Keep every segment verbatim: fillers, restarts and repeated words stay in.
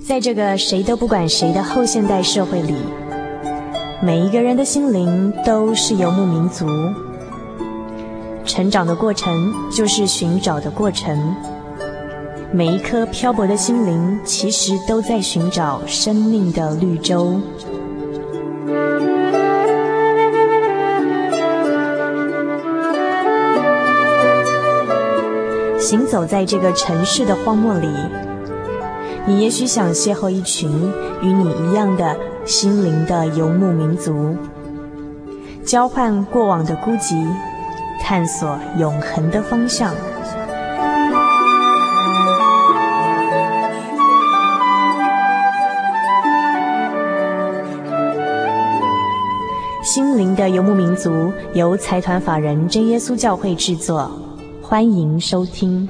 在这个谁都不管谁的后现代社会里，每一个人的心灵都是游牧民族。成长的过程就是寻找的过程，每一颗漂泊的心灵其实都在寻找生命的绿洲。行走在这个城市的荒漠里，你也许想邂逅一群与你一样的心灵的游牧民族，交换过往的孤寂，探索永恒的方向。心灵的游牧民族由财团法人真耶稣教会制作，欢迎收听。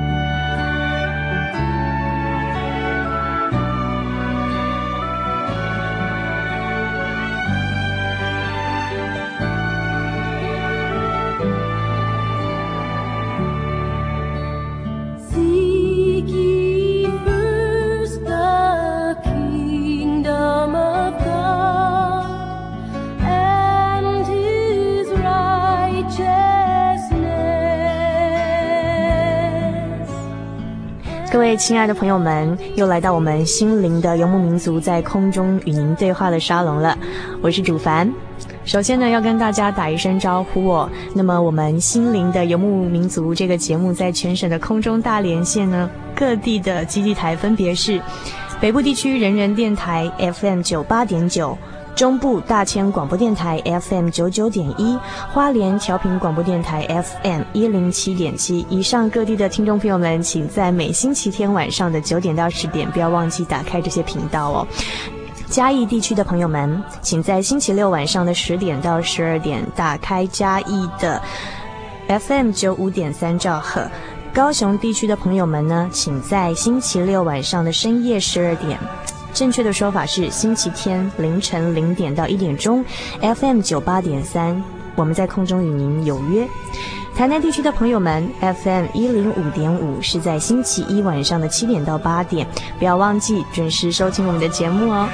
各位亲爱的朋友们，又来到我们心灵的游牧民族在空中与您对话的沙龙了，我是主凡。首先呢，要跟大家打一声招呼哦。那么我们心灵的游牧民族这个节目在全省的空中大连线呢，各地的基地台分别是北部地区人人电台 F M 九八点九，中部大千广播电台 F M 九九点一，花莲调频广播电台 F M 一零七点七。以上各地的听众朋友们，请在每星期天晚上的九点到十点，不要忘记打开这些频道哦。嘉义地区的朋友们，请在星期六晚上的十点到十二点打开嘉义的 F M 九五点三兆赫。高雄地区的朋友们呢，请在星期六晚上的深夜十二点。正确的说法是星期天凌晨零点到一点钟 F M 九八点三，我们在空中与您有约。台南地区的朋友们 F M 一零五点五是在星期一晚上的七点到八点，不要忘记准时收听我们的节目哦。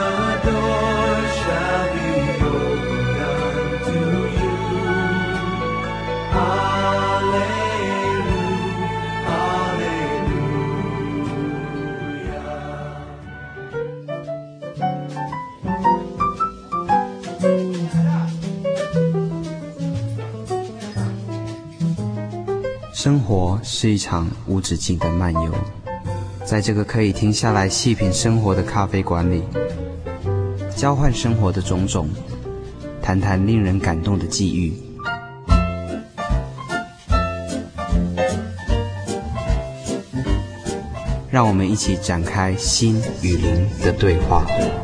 生活是一场无止境的漫游，在这个可以停下来细品生活的咖啡馆里，交换生活的种种，谈谈令人感动的际遇。让我们一起展开心与灵的对话。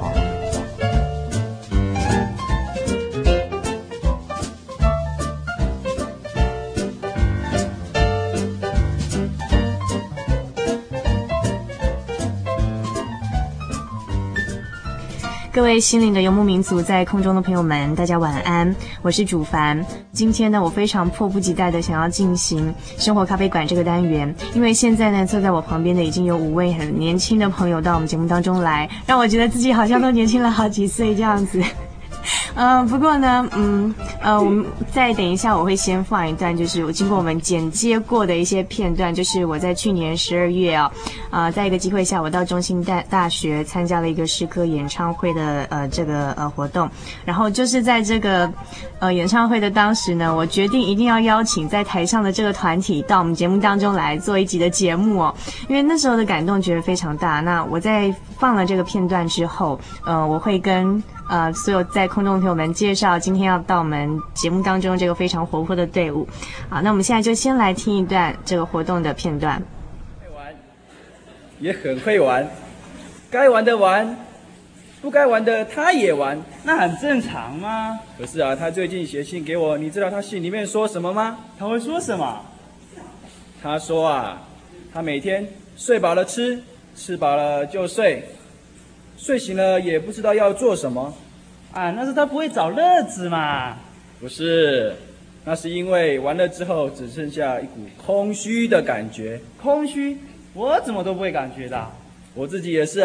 各位心灵的游牧民族在空中的朋友们，大家晚安，我是主凡。今天呢，我非常迫不及待的想要进行生活咖啡馆这个单元，因为现在呢，坐在我旁边的已经有五位很年轻的朋友到我们节目当中来，让我觉得自己好像都年轻了好几岁这样子。呃，不过呢，嗯，呃，我们再等一下，我会先放一段，就是我经过我们剪接过的一些片段，就是我在去年十二月啊，呃，在一个机会下，我到中兴大大学参加了一个诗歌演唱会的呃这个呃活动，然后就是在这个呃演唱会的当时呢，我决定一定要邀请在台上的这个团体到我们节目当中来做一集的节目哦，因为那时候的感动觉得非常大。那我在放了这个片段之后，呃，我会跟呃，所有在空中的朋友们介绍今天要到我们节目当中这个非常活泼的队伍。好，那我们现在就先来听一段这个活动的片段。 会玩，也很会玩，该玩的玩，不该玩的他也玩， 那很正常吗？ 可是啊，他最近写信给我，你知道他信里面说什么吗？ 他会说什么？ 他说啊，他每天睡饱了吃，吃饱了就睡，睡醒了也不知道要做什么。 啊，那是他不会找乐子嘛。 不是，那是因为完了之后只剩下一股空虚的感觉。 空虚？我怎么都不会感觉到。 我自己也是啊，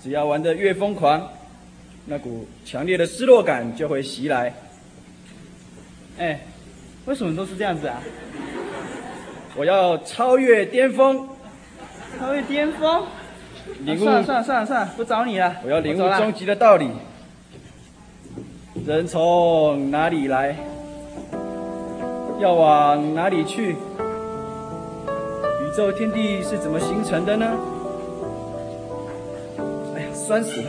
只要玩得越疯狂，那股强烈的失落感就会袭来。 哎，为什么都是这样子啊？ 我要超越巅峰， 超越巅峰。 领悟、 啊、算了算了算了算了，不找你了。 我要领悟终极的道理。人从哪里来，要往哪里去？宇宙天地是怎么形成的呢？哎呀，酸死了！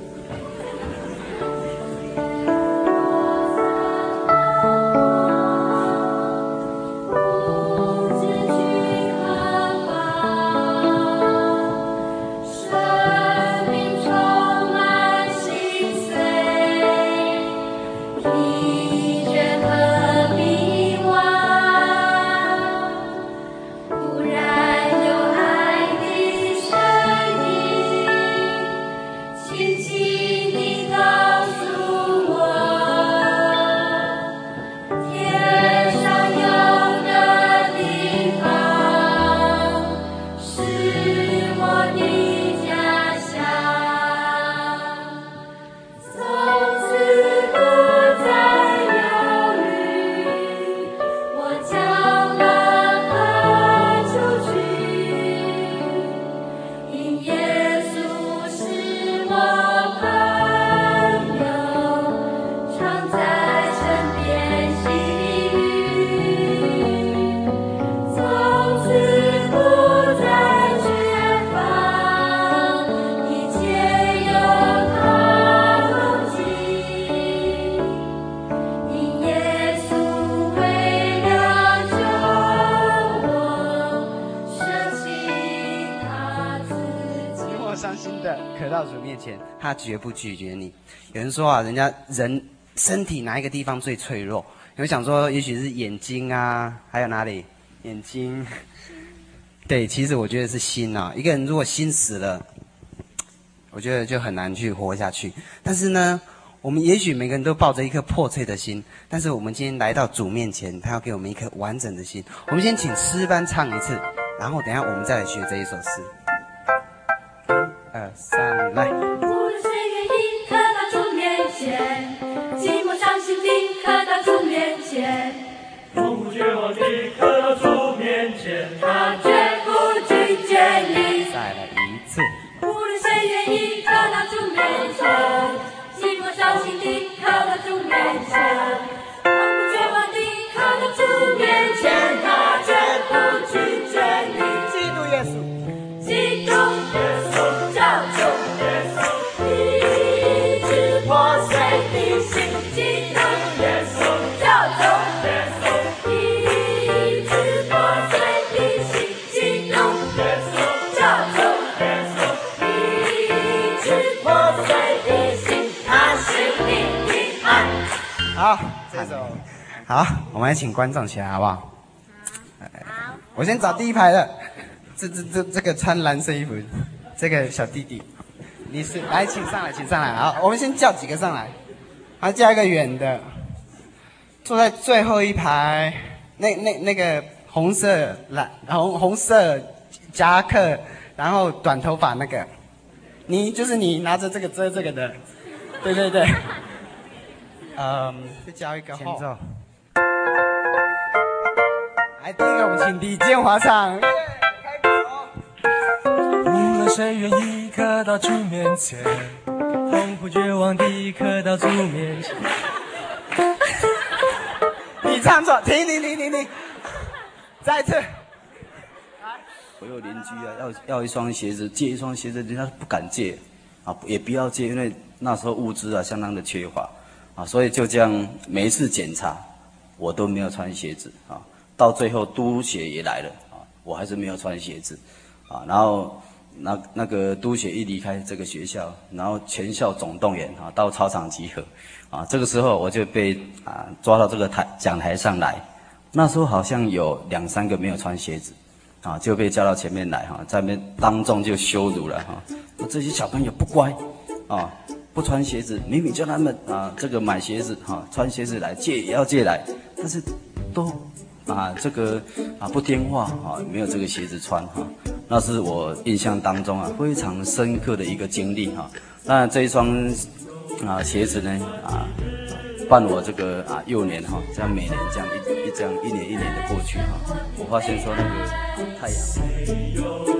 他绝不拒绝你。有人说啊，人家人身体哪一个地方最脆弱？有人想说，也许是眼睛啊，还有哪里？眼睛。对，其实我觉得是心啊。一个人如果心死了，我觉得就很难去活下去。但是呢，我们也许每个人都抱着一颗破碎的心，但是我们今天来到主面前，他要给我们一颗完整的心。我们先请诗班唱一次，然后等一下我们再来学这一首诗。二三，来。 寂寞伤心的可到主面前， 痛苦绝望的可到主面前， 他绝不拒绝你。 再来一次。 无论谁愿意可到主面前，寂寞伤心的可到主面前，痛苦绝望的可到主面前，他绝不拒绝你。 基督耶稣， 基督耶稣，救主耶稣。破碎的心，基督耶稣，救主耶稣，医治破碎的心，基督耶稣，救主耶稣，医治破碎的心，他是你的爱。 好，这首好，我们来请观众起来好不好？好，我先找第一排的，这这这这个穿蓝色衣服，这个小弟弟。你是来，请上来，请上来。好，我们先叫几个上来，好，叫一个远的，坐在最后一排，那那那个红色蓝红红色夹克，然后短头发那个，你就是你拿着这个遮这个的，对对对。嗯，再教一个前奏。来，第一个我们请李建华唱。 无论谁愿意可到主面前，痛苦绝望地可到主面前。 你唱错，停停停停停，再一次。 我有邻居啊，要要一双鞋子，借一双鞋子，人家不敢借，啊，也不要借，因为那时候物资啊相当的缺乏，啊，所以就这样每一次检查，我都没有穿鞋子啊，到最后督学也来了啊，我还是没有穿鞋子，啊，然后那那个督学一离开这个学校，然后全校总动员啊，到操场集合，啊，这个时候我就被啊抓到这个台讲台上来，那时候好像有两三个没有穿鞋子。啊，就被叫到前面来哈，在那边当众就羞辱了哈。这些小朋友不乖，啊，不穿鞋子，明明叫他们啊，这个买鞋子哈，穿鞋子来，借也要借来，但是都啊这个啊不听话啊，没有这个鞋子穿哈。 那是我印象当中啊非常深刻的一个经历哈。当然这一双啊鞋子呢啊伴我这个啊幼年哈，这样每年这样一一这样一年一年的过去哈，我发现说那个太阳。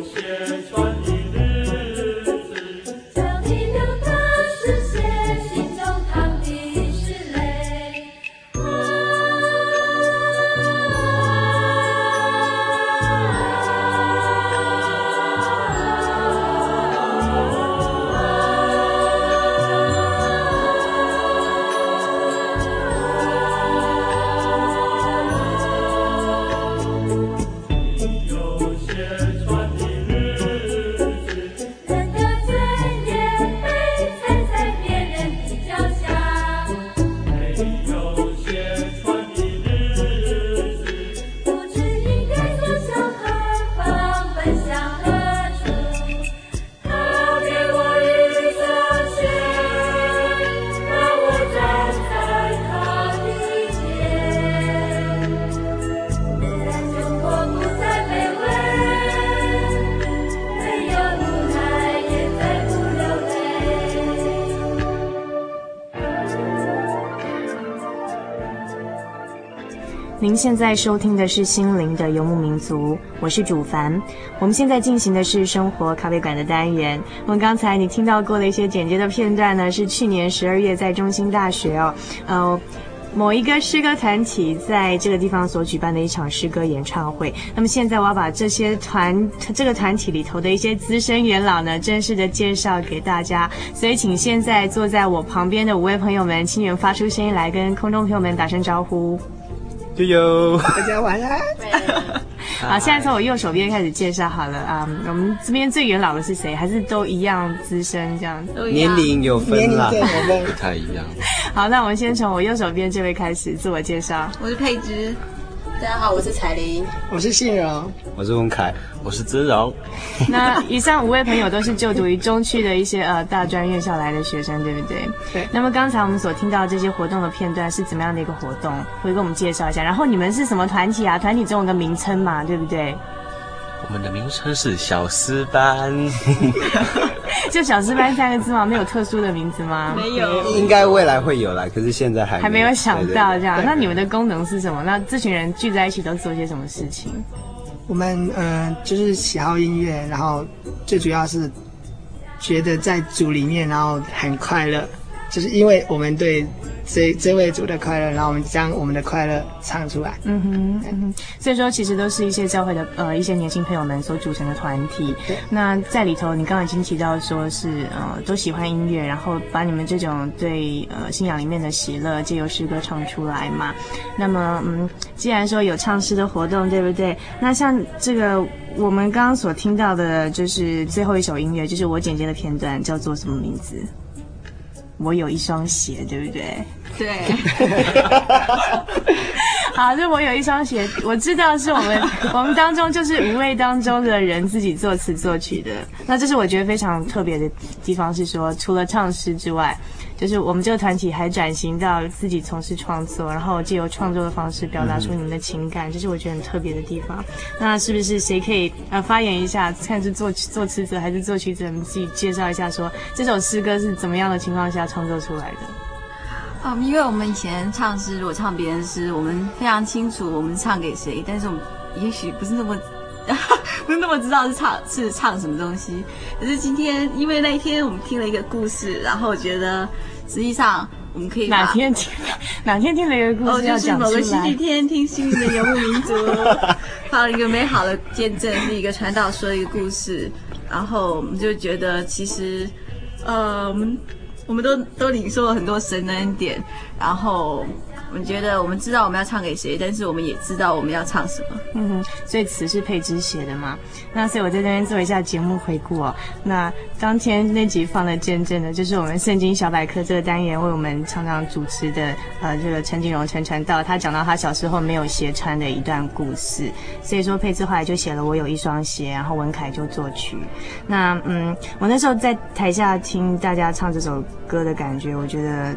您现在收听的是心灵的游牧民族，我是主凡。我们现在进行的是生活咖啡馆的单元。我们刚才你听到过的一些简洁的片段呢，是去年十二月在中兴大学哦，呃。某一个诗歌团体在这个地方所举办的一场诗歌演唱会。那么现在我要把这些团这个团体里头的一些资深元老呢，正式的介绍给大家。所以请现在坐在我旁边的五位朋友们，请你们发出声音来跟空中朋友们打声招呼。 就有大家晚安。 好，现在从我右手边开始介绍好了啊、嗯。我们这边最元老的是谁？还是都一样资深这样？ 年龄有分啦， 不太一样。 好，那我们先从我右手边这位开始自我介绍。 我是佩芝。 大家好，我是彩玲， 我是信荣， 我是文凯， 我是姿荣。 那以上五位朋友都是就读于中区的一些呃大专院校来的学生，对不对？ 对。 那么刚才我们所听到这些活动的片段是怎么样的一个活动？会跟我们介绍一下。然后你们是什么团体啊？团体总有个名称嘛，对不对？ 我们的名称是小诗班。 就小诗班三个字吗？没有特殊的名字吗？ 没有， 应该未来会有啦，可是现在还没还没有想到这样。 对对对， 那你们的功能是什么？那这群人聚在一起都做些什么事情？ 我们呃就是喜好音乐，然后最主要是觉得在组里面，然后很快乐，就是因为我们对这这位组的快乐，然后我们将我们的快乐唱出来。 嗯哼，嗯哼，所以说其实都是一些教会的呃一些年轻朋友们所组成的团体。那在里头，你刚刚已经提到说是呃都喜欢音乐，然后把你们这种对呃信仰里面的喜乐借由诗歌唱出来嘛。那么嗯，既然说有唱诗的活动，对不对？那像这个我们刚刚所听到的，就是最后一首音乐，就是我剪接的片段，叫做什么名字？我有一双鞋，对不对？ 对。 好，就我有一双鞋，我知道是我们我们当中就是五位当中的人自己作词作曲的。那这是我觉得非常特别的地方，是说除了唱诗之外，就是我们这个团体还转型到自己从事创作，然后借由创作的方式表达出你们的情感，这是我觉得很特别的地方。那是不是谁可以呃发言一下，看是作曲作词者还是作曲者，你自己介绍一下说这首诗歌是怎么样的情况下创作出来的？ 嗯，因为我们以前唱诗，如果唱别人诗，我们非常清楚我们唱给谁，但是我们也许不是那么不是那么知道是唱是唱什么东西。可是今天，因为那一天我们听了一个故事，然后我觉得实际上我们可以哪天听哪天听了一个故事要讲出来， 哦，就是某个星期天听心灵的游牧民族，还有一个美好的见证，是一个传道说的一个故事，然后我们就觉得其实，呃，我们。我们都都领受了很多神的恩典，然后我们觉得我们知道我们要唱给谁，但是我们也知道我们要唱什么。 嗯哼，所以词是佩芝写的嘛？那所以我在这边做一下节目回顾哦。那当天那集放的见证的，就是我们圣经小百科这个单元为我们常常主持的呃这个陈景荣陈传道，他讲到他小时候没有鞋穿的一段故事。所以说佩芝后来就写了我有一双鞋，然后文凯就作曲。那嗯，我那时候在台下听大家唱这首歌的感觉，我觉得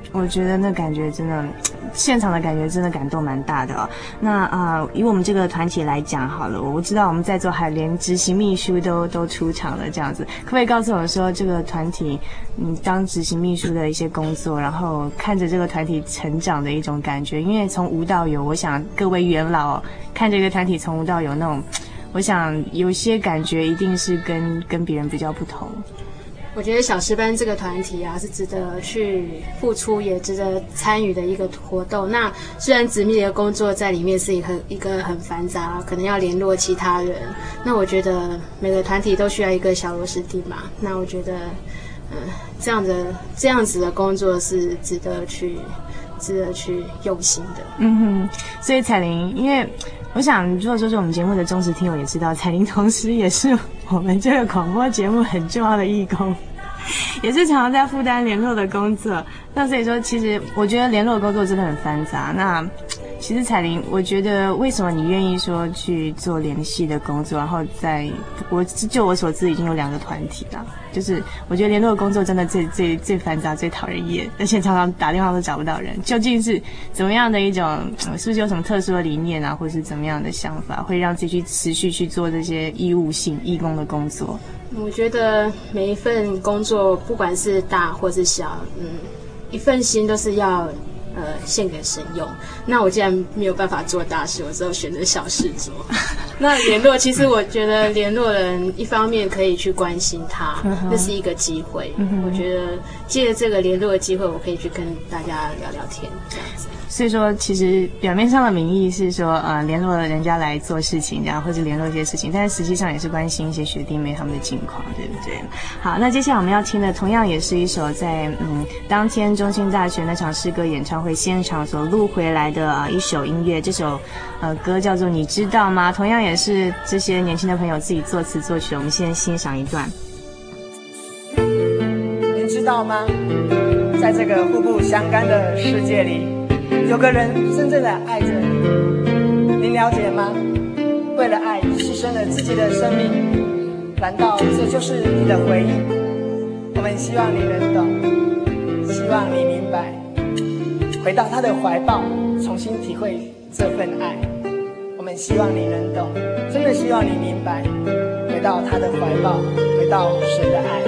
我觉得那感觉真的，现场的感觉真的感动蛮大的哦。那啊、呃，以我们这个团体来讲好了，我知道我们在座还连执行秘书都都出场了，这样子，可不可以告诉我说这个团体，你当执行秘书的一些工作，然后看着这个团体成长的一种感觉？因为从无到有，我想各位元老看这个团体从无到有那种，我想有些感觉一定是跟跟别人比较不同。 我觉得小诗班这个团体啊，是值得去付出，也值得参与的一个活动。那虽然执秘的工作在里面是一个一个很繁杂，可能要联络其他人。那我觉得每个团体都需要一个小螺丝钉嘛。那我觉得，嗯、呃，这样的这样子的工作是值得去值得去用心的。 嗯哼，所以彩玲，因为我想，如果说是我们节目的忠实听友也知道，彩玲同时也是我们这个广播节目很重要的义工，也是常常在负担联络的工作。那所以说，其实我觉得联络的工作真的很繁杂。那其实彩玲，我觉得为什么你愿意说去做联系的工作，然后在我就我所知已经有两个团体了，就是我觉得联络的工作真的最最最繁杂、最讨人厌，而且常常打电话都找不到人。究竟是怎么样的一种，是不是有什么特殊的理念啊，或是怎么样的想法，会让自己去持续去做这些义务性、义工的工作？ 我觉得每一份工作，不管是大或是小，嗯，一份心都是要呃献给神用。那我既然没有办法做大事，我只好选择小事做。那联络，其实我觉得联络人一方面可以去关心他，那是一个机会。我觉得借着这个联络的机会，我可以去跟大家聊聊天，这样子。 所以说，其实表面上的名义是说，呃，联络人家来做事情，这样或者联络一些事情，但是实际上也是关心一些学弟妹他们的近况，对不对？好，那接下来我们要听的，同样也是一首在嗯当天中兴大学那场诗歌演唱会现场所录回来的啊、呃、一首音乐，这首呃歌叫做《你知道吗》，同样也是这些年轻的朋友自己作词作曲。我们先欣赏一段。 您知道吗？在这个互不相干的世界里，有个人真正的爱着你，您了解吗？为了爱牺牲了自己的生命，难道这就是你的回应？我们希望你能懂，希望你明白，回到他的怀抱，重新体会这份爱。我们希望你能懂，真的希望你明白，回到他的怀抱，回到神的爱。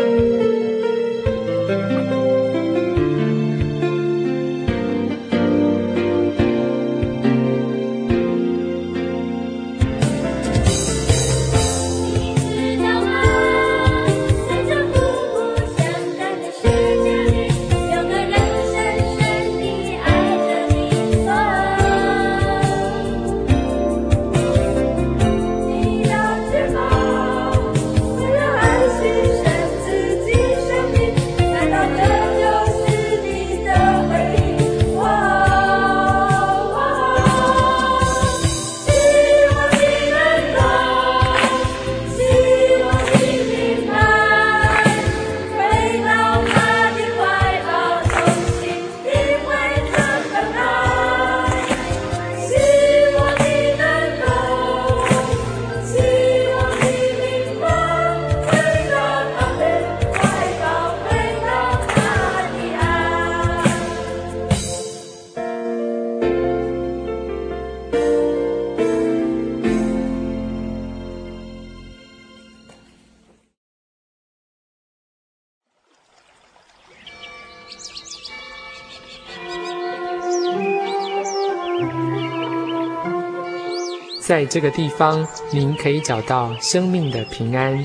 在这个地方，您可以找到生命的平安。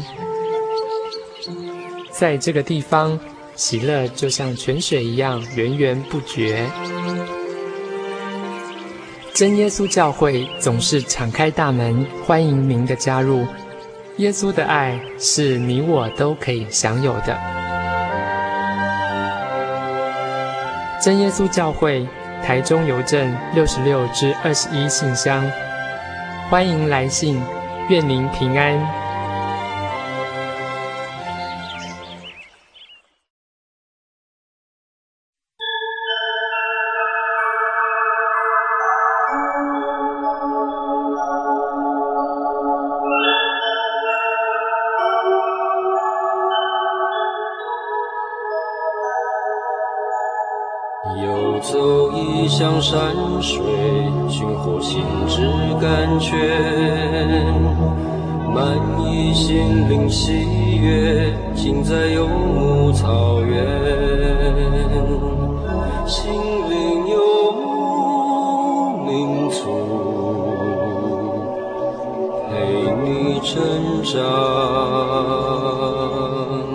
在这个地方，喜乐就像泉水一样源源不绝。真耶稣教会总是敞开大门，欢迎您的加入。耶稣的爱是你我都可以享有的。真耶稣教会，台中邮政六十六至二十一信箱。欢迎来信，愿您平安。 有山水，寻获心之甘泉。满溢心灵喜悦，尽在游牧草原。心灵游牧民族，陪你成长。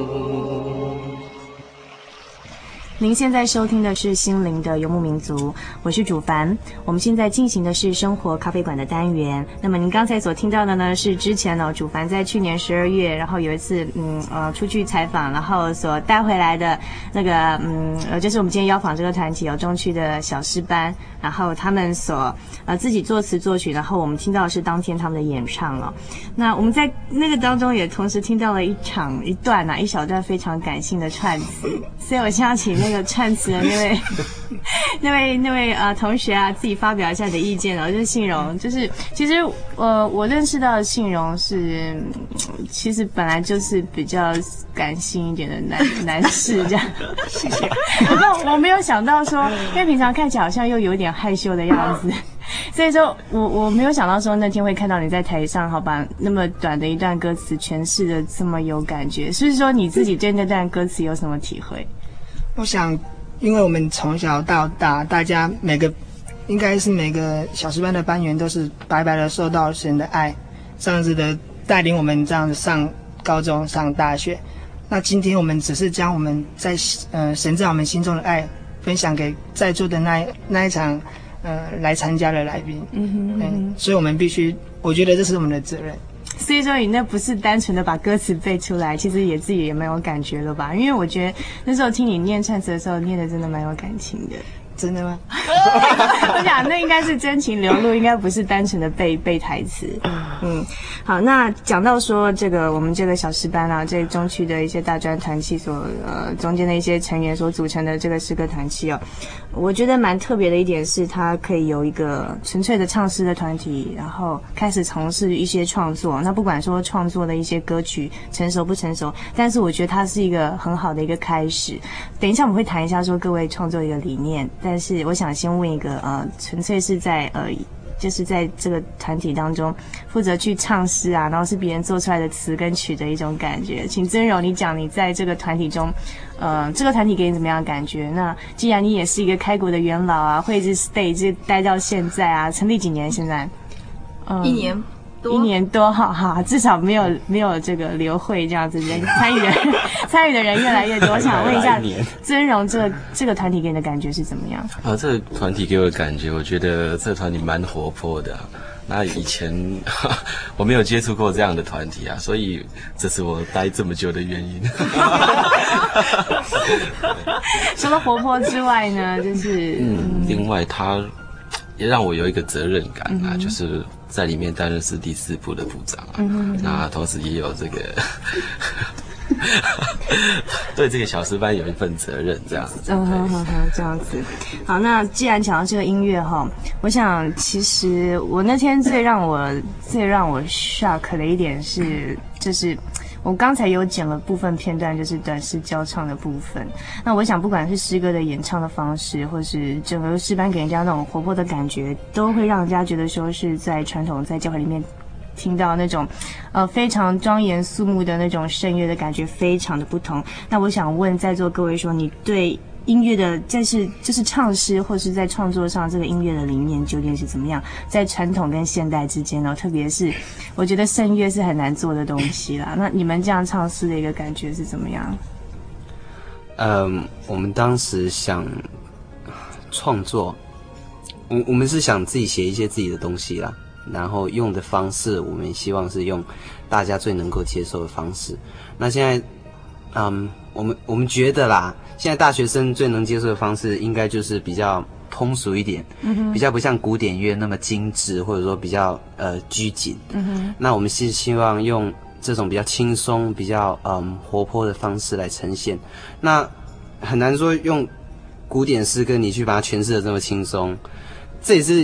您现在收听的是心灵的游牧民族，我是主凡。我们现在进行的是生活咖啡馆的单元。那么您刚才所听到的呢，是之前呢、哦、主凡在去年十二月，然后有一次嗯呃出去采访，然后所带回来的那个嗯呃就是我们今天邀访这个团体有中区的小诗班，然后他们所呃自己作词作曲，然后我们听到的是当天他们的演唱哦。那我们在那个当中也同时听到了一场一段啊一小段非常感性的串词，所以我想请那个串词的那位那位那位呃同学啊，自己发表一下你的意见哦。就是信荣，就是其实呃我认识到的信荣是，其实本来就是比较感性一点的男男士这样。谢谢。不过我没有想到说，因为平常看起来好像又有点害羞的样子。所以说我我没有想到说那天会看到你在台上，好把那么短的一段歌词诠释的这么有感觉。是不是说你自己对那段歌词有什么体会？ 我想，因为我们从小到大，大家每个应该是每个小诗班的班员都是白白的受到神的爱，这样子的带领我们这样子上高中、上大学。那今天我们只是将我们在呃神在我们心中的爱分享给在座的那那一场呃来参加的来宾。嗯哼嗯哼，所以我们必须，我觉得这是我们的责任。 所以说你那不是单纯的把歌词背出来，其实也自己也蛮有感觉了吧？因为我觉得那时候听你念串词的时候，念的真的蛮有感情的。 真的吗？ 我想那应该是真情流露，应该不是单纯的背背台词。嗯，好，那讲到说这个我们这个小诗班啊，这中区的一些大专团契所呃中间的一些成员所组成的这个诗歌团契哦，我觉得蛮特别的一点是，它可以由一个纯粹的唱诗的团体，然后开始从事一些创作。那不管说创作的一些歌曲成熟不成熟，但是我觉得它是一个很好的一个开始。等一下我们会谈一下说各位创作的一个理念。但是我想先问一个呃，纯粹是在呃，就是在这个团体当中负责去唱诗啊，然后是别人做出来的词跟曲的一种感觉。请尊荣，你讲你在这个团体中，呃，这个团体给你怎么样的感觉？那既然你也是一个开国的元老啊，会一直 stay 一直待到现在啊，成立几年？现在？ 嗯，一年。 一年多，哈哈，至少没有没有这个流会这样子，人参与人参与的人越来越多。我想问一下，尊荣这个这个团体给你的感觉是怎么样？ 啊，这个团体给我的感觉，我觉得这个团体蛮活泼的、啊。那以前我没有接触过这样的团体啊，所以这是我待这么久的原因。 除了活泼之外呢，就是嗯，另外他也让我有一个责任感啊，嗯、就是在里面担任是第四部的部长啊，嗯、那同时也有这个对这个小诗班有一份责任，这样子。 嗯哼哼哼，这样子。好，那既然讲到这个音乐哈，我想其实我那天最让我最让我 shock 的一点是，就是我刚才有剪了部分片段，就是短诗教唱的部分。那我想，不管是诗歌的演唱的方式，或是整个诗班给人家那种活泼的感觉，都会让人家觉得说是在传统在教会里面听到那种呃非常庄严肃穆的那种圣乐的感觉，非常的不同。那我想问在座各位说，你对音乐的在是就是唱诗或是在创作上这个音乐的理念究竟是怎么样，在传统跟现代之间呢？特别是我觉得圣乐是很难做的东西啦，那你们这样唱诗的一个感觉是怎么样？ 嗯，我们当时想创作，我我们是想自己写一些自己的东西啦，然后用的方式我们希望是用大家最能够接受的方式。那现在嗯我们我们觉得啦，现在大学生最能接受的方式应该就是比较通俗一点，嗯哼，比较不像古典乐那么精致，或者说比较呃拘谨。嗯哼，那我们是希望用这种比较轻松、比较嗯活泼的方式来呈现。那很难说用古典诗歌你去把它诠释的这么轻松，这也是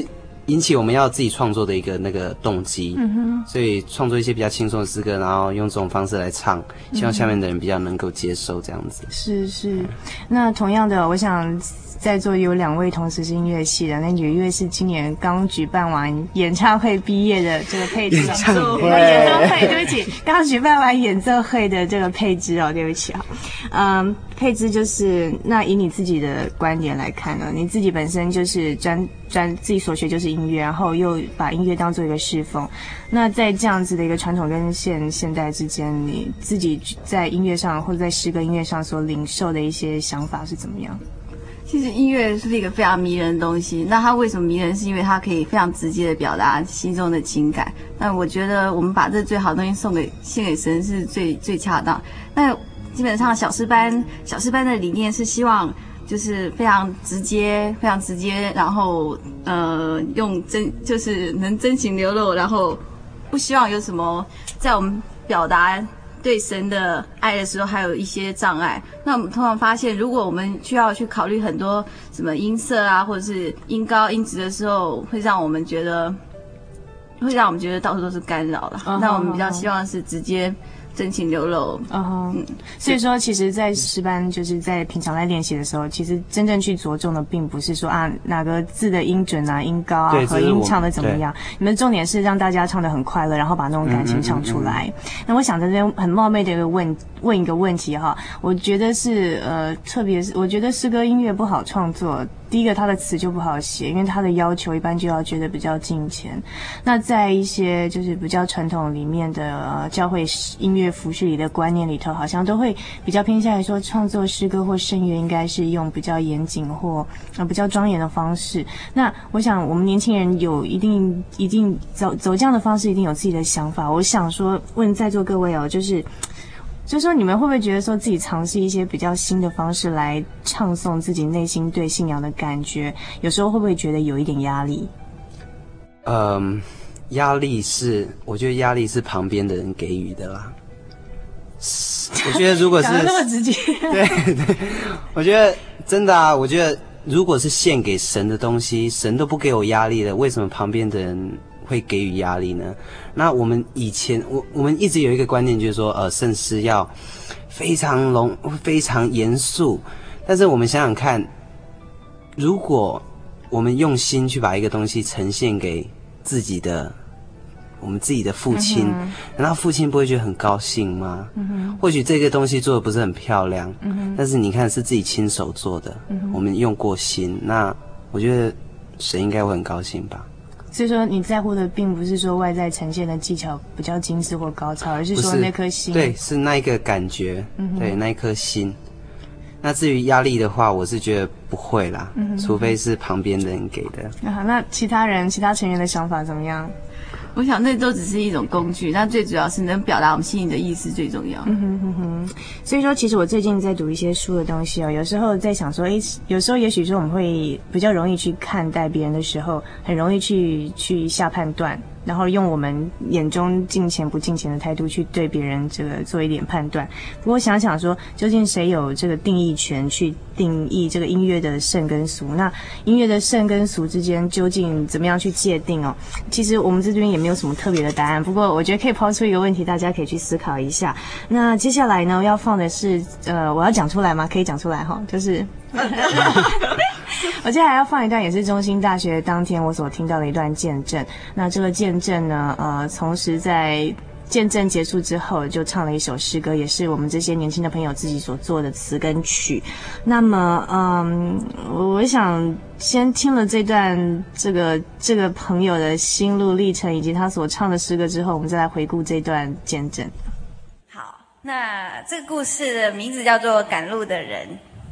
引起我们要自己创作的一个那个动机。 嗯哼， 所以创作一些比较轻松的诗歌，然后用这种方式来唱，希望下面的人比较能够接受这样子。 是是，那同样的，我想在座有两位同时是音乐系的，那有一位是今年刚举办完演唱会毕业的这个佩芝， 演唱会， 演奏会，对不起，刚举办完演奏会的这个佩芝哦，对不起啊，嗯，佩芝就是那以你自己的观点来看呢，你自己本身就是专专自己所学就是音乐，然后又把音乐当做一个侍奉，那在这样子的一个传统跟现现代之间，你自己在音乐上或者在诗歌音乐上所领受的一些想法是怎么样？ 其实音乐是一个非常迷人的东西，那它为什么迷人？是因为它可以非常直接的表达心中的情感。那我觉得我们把这最好的东西送给献给神是最最恰当。那基本上小诗班小诗班的理念是希望就是非常直接，非常直接，然后呃用真就是能真情流露，然后不希望有什么在我们表达对神的爱的时候还有一些障碍。那我们通常发现，如果我们需要去考虑很多什么音色啊，或者是音高音质的时候，会让我们觉得会让我们觉得到处都是干扰了。Uh-huh, 那我们比较希望是直接真情流露。 嗯哼，嗯，所以说，其实，在诗班就是在平常在练习的时候，其实真正去着重的，并不是说啊哪个字的音准啊、音高啊、和音唱的怎么样。你们重点是让大家唱得很快乐，然后把那种感情唱出来。嗯嗯嗯嗯，那我想在这边很冒昧的一个问问一个问题哈，我觉得是呃，特别是我觉得诗歌音乐不好创作。第一个，它的词就不好写，因为它的要求一般就要觉得比较近前。那在一些就是比较传统里面的呃教会音乐服饰里的观念里头，好像都会比较偏向于说创作诗歌或圣乐应该是用比较严谨或呃比较庄严的方式。那我想我们年轻人有一定一定走走这样的方式，一定有自己的想法。我想说问在座各位哦，就是。就是说，你们会不会觉得说自己尝试一些比较新的方式来唱诵自己内心对信仰的感觉，有时候会不会觉得有一点压力？ 嗯，压力是，我觉得压力是旁边的人给予的啦。我觉得如果是讲得那么直接， 对对，我觉得真的啊，我觉得如果是献给神的东西，神都不给我压力了，为什么旁边的人会给予压力呢？那我们以前我我们一直有一个观念，就是说呃圣诗要非常浓非常严肃，但是我们想想看，如果我们用心去把一个东西呈现给自己的我们自己的父亲，嗯，难道父亲不会觉得很高兴吗？嗯，或许这个东西做的不是很漂亮，嗯，但是你看是自己亲手做的，嗯，我们用过心，那我觉得神应该会很高兴吧。 所以说你在乎的并不是说外在呈现的技巧比较精致或高超，而是说那颗心。 对，是那一个感觉，嗯，对，那一颗心。那至于压力的话，我是觉得不会啦，嗯，除非是旁边的人给的。 啊，那其他人、其他成员的想法怎么样？ 我想那都只是一种工具，那最主要是能表达我们心里的意思最重要。 嗯哼哼哼。所以说，其实我最近在读一些书的东西哦，有时候在想说，诶，有时候也许说我们会比较容易去看待别人的时候，很容易去去下判断。然后用我们眼中敬虔不敬虔的态度去对别人这个做一点判断。不过想想说，究竟谁有这个定义权去定义这个音乐的圣跟俗？那音乐的圣跟俗之间究竟怎么样去界定哦？其实我们这边也没有什么特别的答案。不过我觉得可以抛出一个问题，大家可以去思考一下。那接下来呢，要放的是呃，我要讲出来吗？可以讲出来哈，就是。我接下来要放一段也是中兴大学当天我所听到的一段见证。那这个见证呢，呃，同时在见证结束之后就唱了一首诗歌，也是我们这些年轻的朋友自己所做的词跟曲。那么嗯，我想先听了这段这个这个朋友的心路历程以及他所唱的诗歌之后，我们再来回顾这段见证。 好，那这个故事的名字叫做《赶路的人》。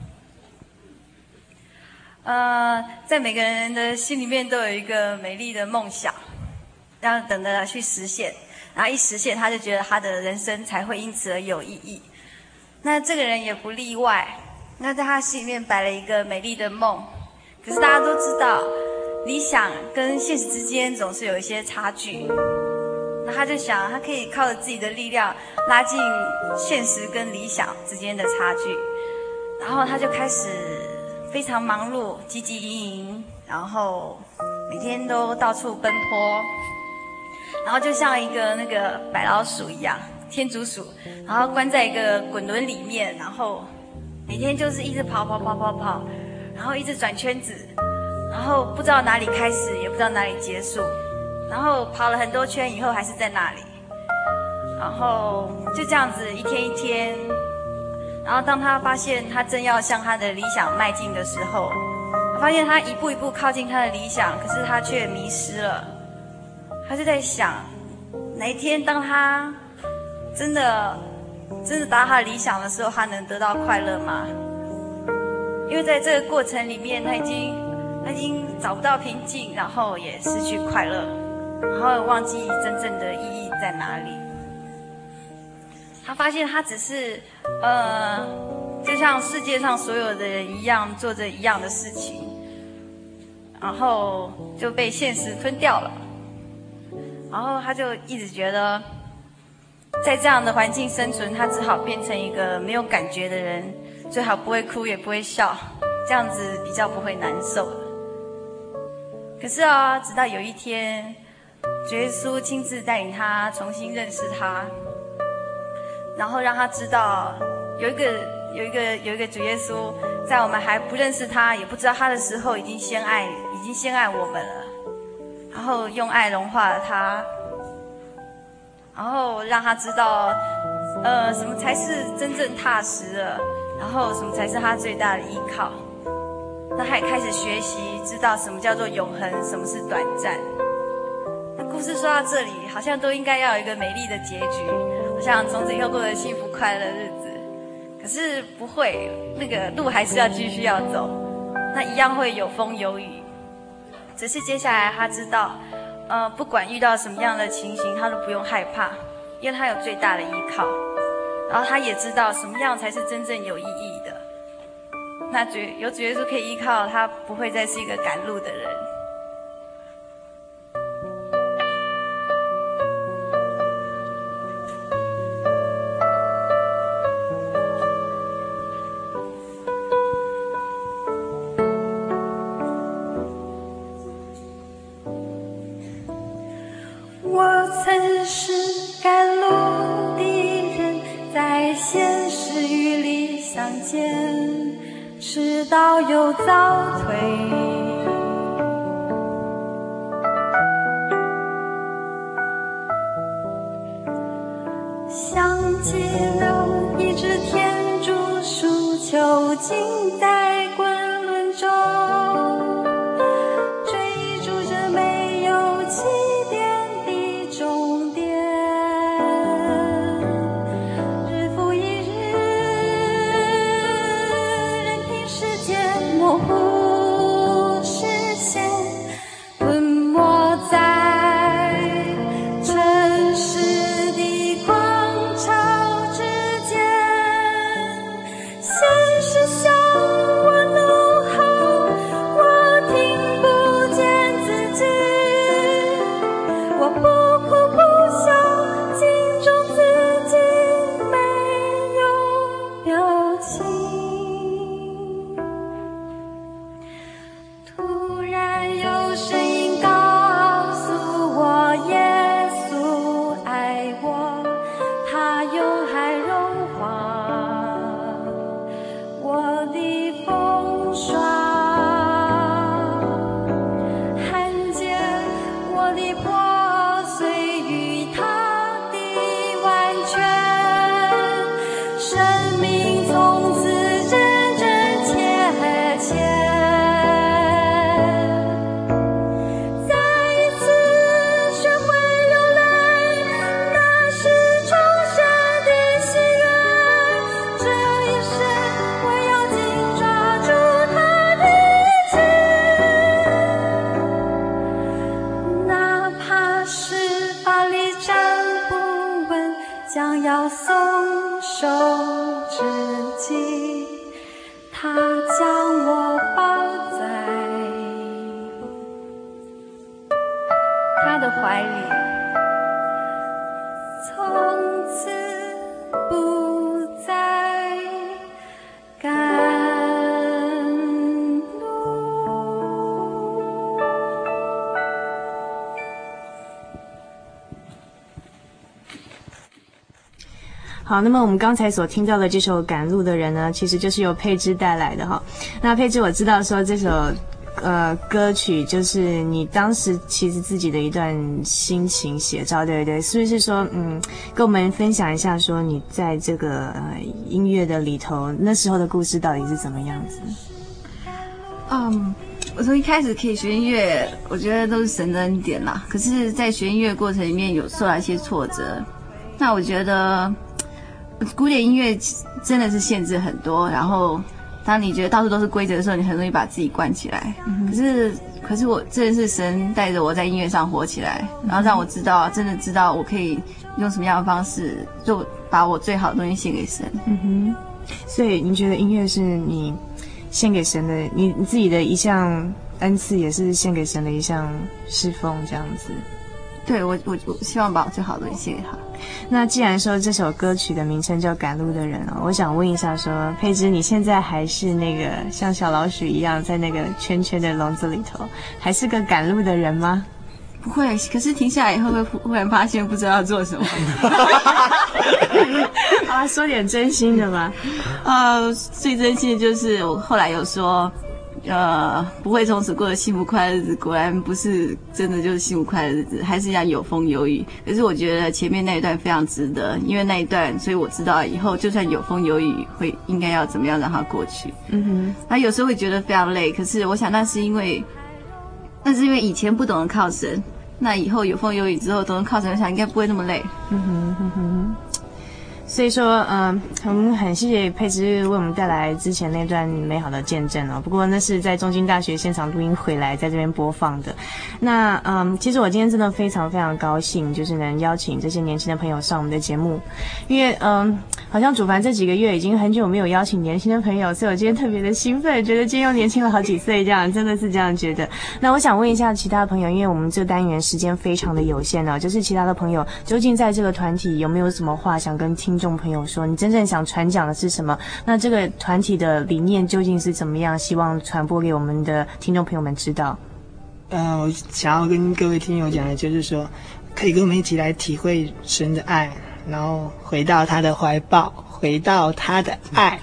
呃，在每个人的心里面都有一个美丽的梦想，要等着去实现，然后一实现，他就觉得他的人生才会因此而有意义。那这个人也不例外，那在他心里面摆了一个美丽的梦，可是大家都知道，理想跟现实之间总是有一些差距。那他就想，他可以靠着自己的力量拉近现实跟理想之间的差距，然后他就开始非常忙碌，汲汲营营，然后每天都到处奔波，然后就像一个那个白老鼠一样，天竺鼠，然后关在一个滚轮里面，然后每天就是一直跑跑跑跑跑，然后一直转圈子，然后不知道哪里开始，也不知道哪里结束，然后跑了很多圈以后还是在那里，然后就这样子一天一天，然后当他发现他正要向他的理想迈进的时候，发现他一步一步靠近他的理想，可是他却迷失了。他就在想，哪一天当他真的真的达到他的理想的时候，他能得到快乐吗？因为在这个过程里面，他已经他已经找不到平静，然后也失去快乐，然后忘记真正的意义在哪里。他发现他只是呃，就像世界上所有的人一样，做着一样的事情，然后就被现实吞掉了。然后他就一直觉得，在这样的环境生存，他只好变成一个没有感觉的人，最好不会哭也不会笑，这样子比较不会难受。可是啊，直到有一天，主耶稣亲自带领他重新认识他，然后让他知道有一个有一个有一个主耶稣，在我们还不认识他也不知道他的时候，已经先爱已经先爱我们了，然后用爱融化了他，然后让他知道呃什么才是真正踏实了，然后什么才是他最大的依靠。那他也开始学习知道什么叫做永恒，什么是短暂。那故事说到这里，好像都应该要有一个美丽的结局，我想从此以后过得幸福快乐的日子。可是不会，那个路还是要继续要走，那一样会有风有雨。只是接下来他知道，呃，不管遇到什么样的情形，他都不用害怕，因为他有最大的依靠。然后他也知道什么样才是真正有意义的。那主有主耶稣可以依靠，他不会再是一个赶路的人。 我曾是赶路的人，在现实与理想间迟到又早退，想起了一只天竺鼠，囚禁在滚轮中，追逐着没有起点的终点，日复一日，任凭时间模糊视线，吞没在城市的狂潮之间。现实向我怒吼，我听不见自己，我不哭不笑，镜中自己没有表情。突然有声音告诉我，耶稣爱我，他用爱融化我的风霜，看见我的破碎与他的完全，生命从此真真切切。再一次学会流泪，那是重生的喜悦。这一生我要紧抓住他的一切，哪怕是法力站不稳，将要松手之际，他将我抱在他的怀里，从此不再赶路。 好，那么我们刚才所听到的这首《赶路的人》呢，其实就是由佩芝带来的哈。那佩芝，我知道说这首呃歌曲就是你当时其实自己的一段心情写照，对不对？是不是说嗯，跟我们分享一下说你在这个呃音乐的里头那时候的故事到底是怎么样子？ 嗯，我从一开始可以学音乐，我觉得都是神的恩典啦。可是，在学音乐过程里面有受到一些挫折，那我觉得古典音乐真的是限制很多，然后当你觉得到处都是规则的时候，你很容易把自己关起来。嗯、可是，可是我真的是神带着我在音乐上活起来，然后让我知道，真的知道我可以用什么样的方式，就把我最好的东西献给神。 嗯哼，所以你觉得音乐是你献给神的，你你自己的一项恩赐，也是献给神的一项侍奉，这样子。 对，我我我希望把我最好的东西献给他。 那既然说这首歌曲的名称叫《赶路的人》哦，我想问一下说，说佩芝，你现在还是那个像小老鼠一样在那个圈圈的笼子里头，还是个赶路的人吗？ 不会，可是停下来以后会忽然发现不知道要做什么。 好啊，说点真心的吧。 呃，最真心的就是我后来有说，呃，不会从此过得幸福快乐日子，果然不是真的就是幸福快乐日子，还是要有风有雨。可是我觉得前面那一段非常值得，因为那一段，所以我知道以后就算有风有雨，会应该要怎么样让它过去。嗯哼，那有时候会觉得非常累，可是我想那是因为。那是因为以前不懂得靠神，那以后有风有雨之后懂得靠神，我想应该不会那么累。 嗯哼哼哼。所以说，嗯、呃，我们很谢谢佩芝为我们带来之前那段美好的见证哦。不过那是在中京大学现场录音回来，在这边播放的。那嗯，其实我今天真的非常非常高兴，就是能邀请这些年轻的朋友上我们的节目，因为嗯，好像主凡这几个月已经很久没有邀请年轻的朋友，所以我今天特别的兴奋，觉得今天又年轻了好几岁，这样真的是这样觉得。那我想问一下其他的朋友，因为我们这个单元时间非常的有限呢、哦，就是其他的朋友究竟在这个团体有没有什么话想跟听众朋友说？你真正想传讲的是什么？那这个团体的理念究竟是怎么样？希望传播给我们的听众朋友们知道。 呃，我想要跟各位听友讲的就是说，可以跟我们一起来体会神的爱，然后回到他的怀抱，回到他的爱。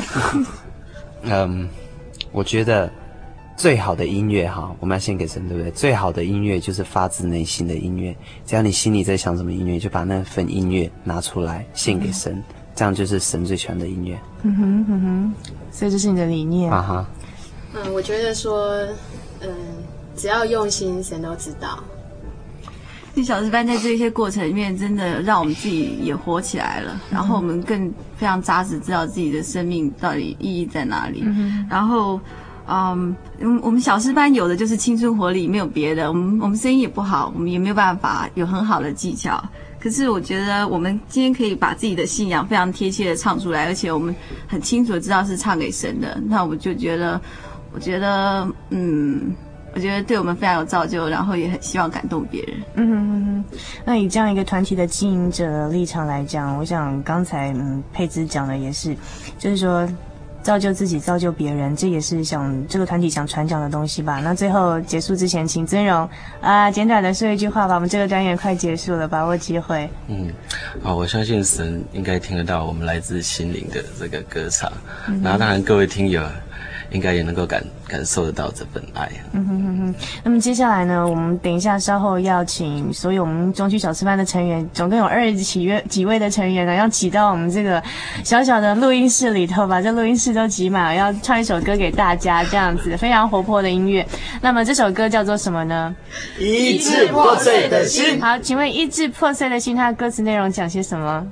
嗯，我觉得最好的音乐哈，我们要献给神，对不对？最好的音乐就是发自内心的音乐。只要你心里在想什么音乐，就把那份音乐拿出来献给神，嗯、这样就是神最喜欢的音乐。 嗯哼嗯哼，所以这是你的理念啊哈。 嗯，我觉得说，嗯，只要用心，神都知道。 那小诗班在这些过程里面，真的让我们自己也活起来了，然后我们更非常扎实知道自己的生命到底意义在哪里。嗯、然后，嗯，我们小诗班有的就是青春活力，没有别的。我们我们声音也不好，我们也没有办法有很好的技巧。可是我觉得我们今天可以把自己的信仰非常贴切的唱出来，而且我们很清楚的知道是唱给神的。那我就觉得，我觉得，嗯。我觉得对我们非常有造就，然后也很希望感动别人。 嗯哼哼哼。那以这样一个团体的经营者的立场来讲，我想刚才嗯佩芝讲的也是，就是说造就自己，造就别人，这也是想这个团体想传讲的东西吧。那最后结束之前，请尊荣啊简短的说一句话吧。我们这个单元快结束了，把握机会。 嗯，好，我相信神应该听得到我们来自心灵的这个歌唱，嗯、然后当然各位听友应该也能够感感受得到这份爱。 嗯哼哼哼。那么接下来呢，我们等一下稍后要请所有我们中区小吃班的成员，总共有二十几位几位的成员呢，要挤到我们这个小小的录音室里头，把这录音室都挤满了，要唱一首歌给大家，这样子非常活泼的音乐。那么这首歌叫做什么呢？ 医治破碎的心。 好，请问医治破碎的心，它的歌词内容讲些什么？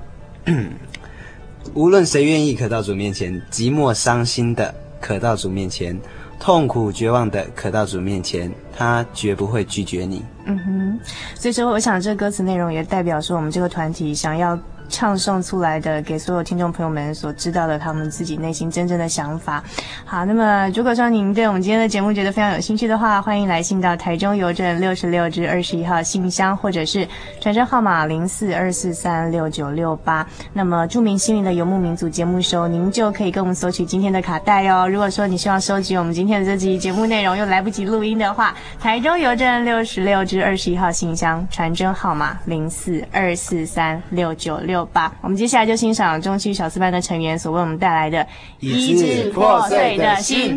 无论谁愿意可到主面前，寂寞伤心的可到主面前，痛苦绝望的可到主面前，他绝不会拒绝你。 嗯哼，所以说我想这歌词内容也代表说我们这个团体想要唱诵出来的，给所有听众朋友们所知道的他们自己内心真正的想法。好，那么如果说您对我们今天的节目觉得非常有兴趣的话，欢迎来信到台中邮政六十六至二十一号信箱，或者是传真号码零四二四三六九六八。那么著名心灵的游牧民族节目收，您就可以跟我们索取今天的卡带哦。如果说你希望收集我们今天的这集节目内容又来不及录音的话，台中邮政六十六至二十一号信箱，传真号码零四二四三六九六六八。我们接下来就欣赏中区小四班的成员所为我们带来的《 医治破碎的心》。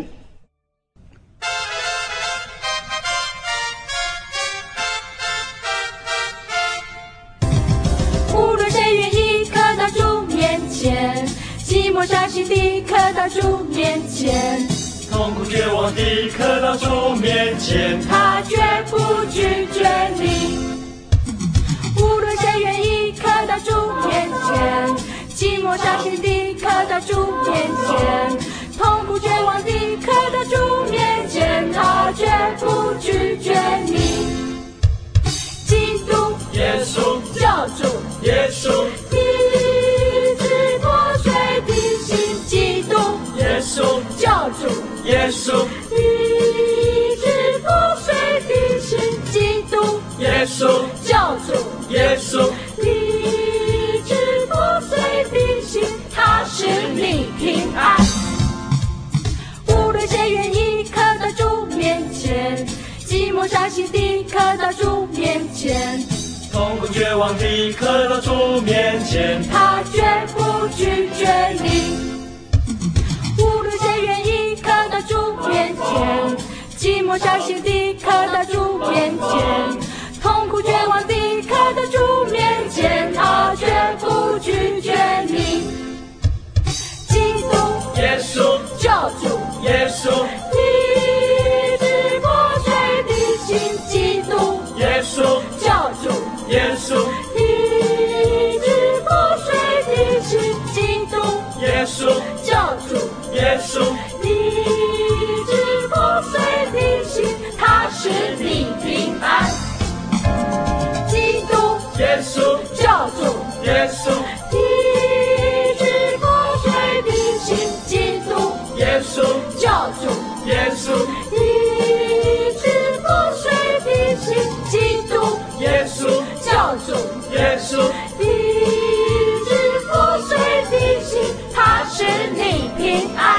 无论谁愿意刻到主面前，寂寞伤心的刻到主面前， 痛苦绝望的刻到主面前， 他绝不拒绝你。无论谁愿意刻到主面前，寂寞伤心的刻到主面前，痛苦绝望的刻到主面前，他绝不拒绝你。基督耶稣救主耶稣医治破碎的心，基督耶稣救主耶稣医治破碎的心，基督耶稣救主耶稣医治破碎的心，他使你平安。无论谁愿意刻到主面前，寂寞伤心的刻到主面前， 痛苦绝望的刻到主面前， 他绝不拒绝你。无论谁愿意刻到主面前，寂寞伤心的刻到主面前，痛苦绝望的刻到主面前，他绝不拒绝你。基督耶稣救主耶稣医治破碎的心，基督耶稣救主耶稣医治破碎的心，基督耶稣救主耶稣医治破碎的心，他使你平安。基督耶稣救主耶稣医治破碎的心，基督耶稣救主耶稣医治破碎的心，基督耶稣救主耶稣医治破碎的心，他使你平安。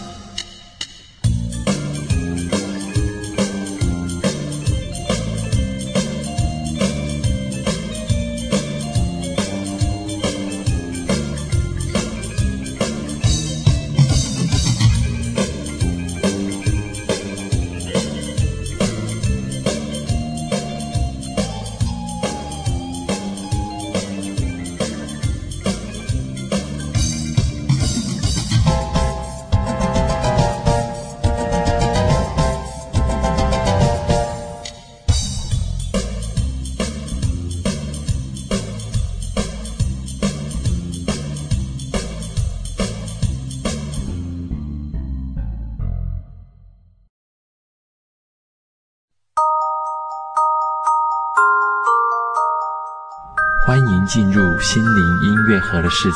欢迎进入心灵音乐盒的世界。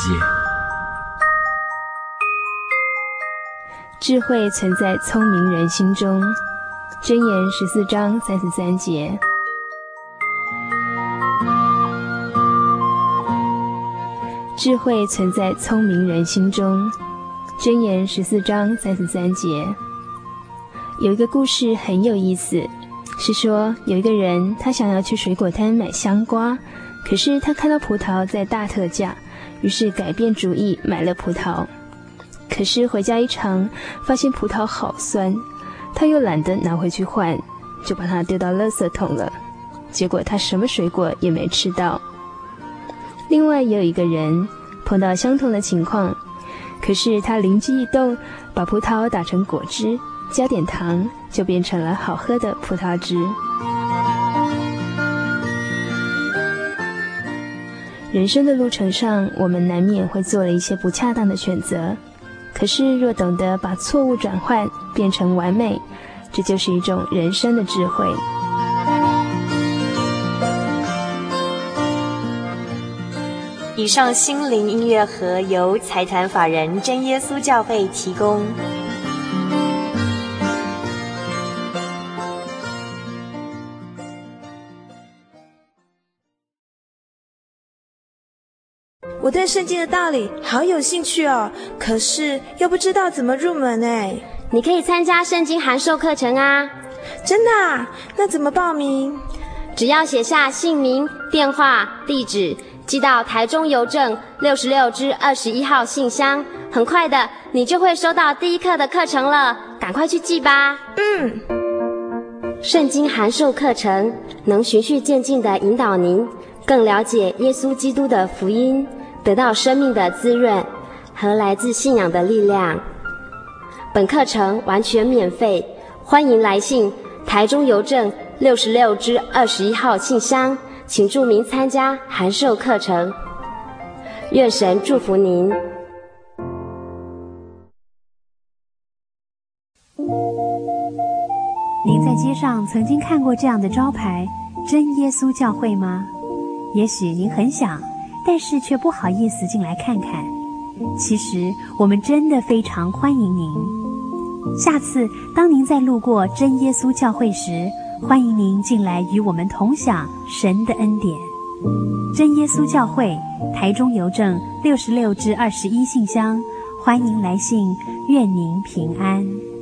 智慧存在聪明人心中，箴言十四章三十三节。智慧存在聪明人心中，箴言十四章三十三节。有一个故事很有意思，是说有一个人他想要去水果摊买香瓜，可是他看到葡萄在大特价，于是改变主意买了葡萄。可是回家一尝，发现葡萄好酸，他又懒得拿回去换，就把它丢到垃圾桶了。结果他什么水果也没吃到。另外也有一个人碰到相同的情况，可是他灵机一动，把葡萄打成果汁，加点糖，就变成了好喝的葡萄汁。人生的路程上，我们难免会做了一些不恰当的选择，可是若懂得把错误转换变成完美，这就是一种人生的智慧。 以上心灵音乐盒由财团法人真耶稣教会提供。 我对圣经的道理好有兴趣哦，可是又不知道怎么入门哎。 你可以参加圣经函授课程啊。 真的啊？那怎么报名？ 只要写下姓名、电话、地址， 寄到台中邮政六十六支二十一号信箱，很快的你就会收到第一课的课程了，赶快去寄吧。 嗯， 圣经函授课程能循序渐进地引导您更了解耶稣基督的福音，得到生命的滋润和来自信仰的力量。本课程完全免费，欢迎来信台中邮政六十六支二十一号信箱，请注明参加函授课程。愿神祝福您。 您在街上曾经看过这样的招牌“真耶稣教会”吗？也许您很想，但是却不好意思进来看看。其实我们真的非常欢迎您。下次当您在路过真耶稣教会时，欢迎您进来与我们同享神的恩典。真耶稣教会，台中邮政六十六支二十一信箱，欢迎来信，愿您平安。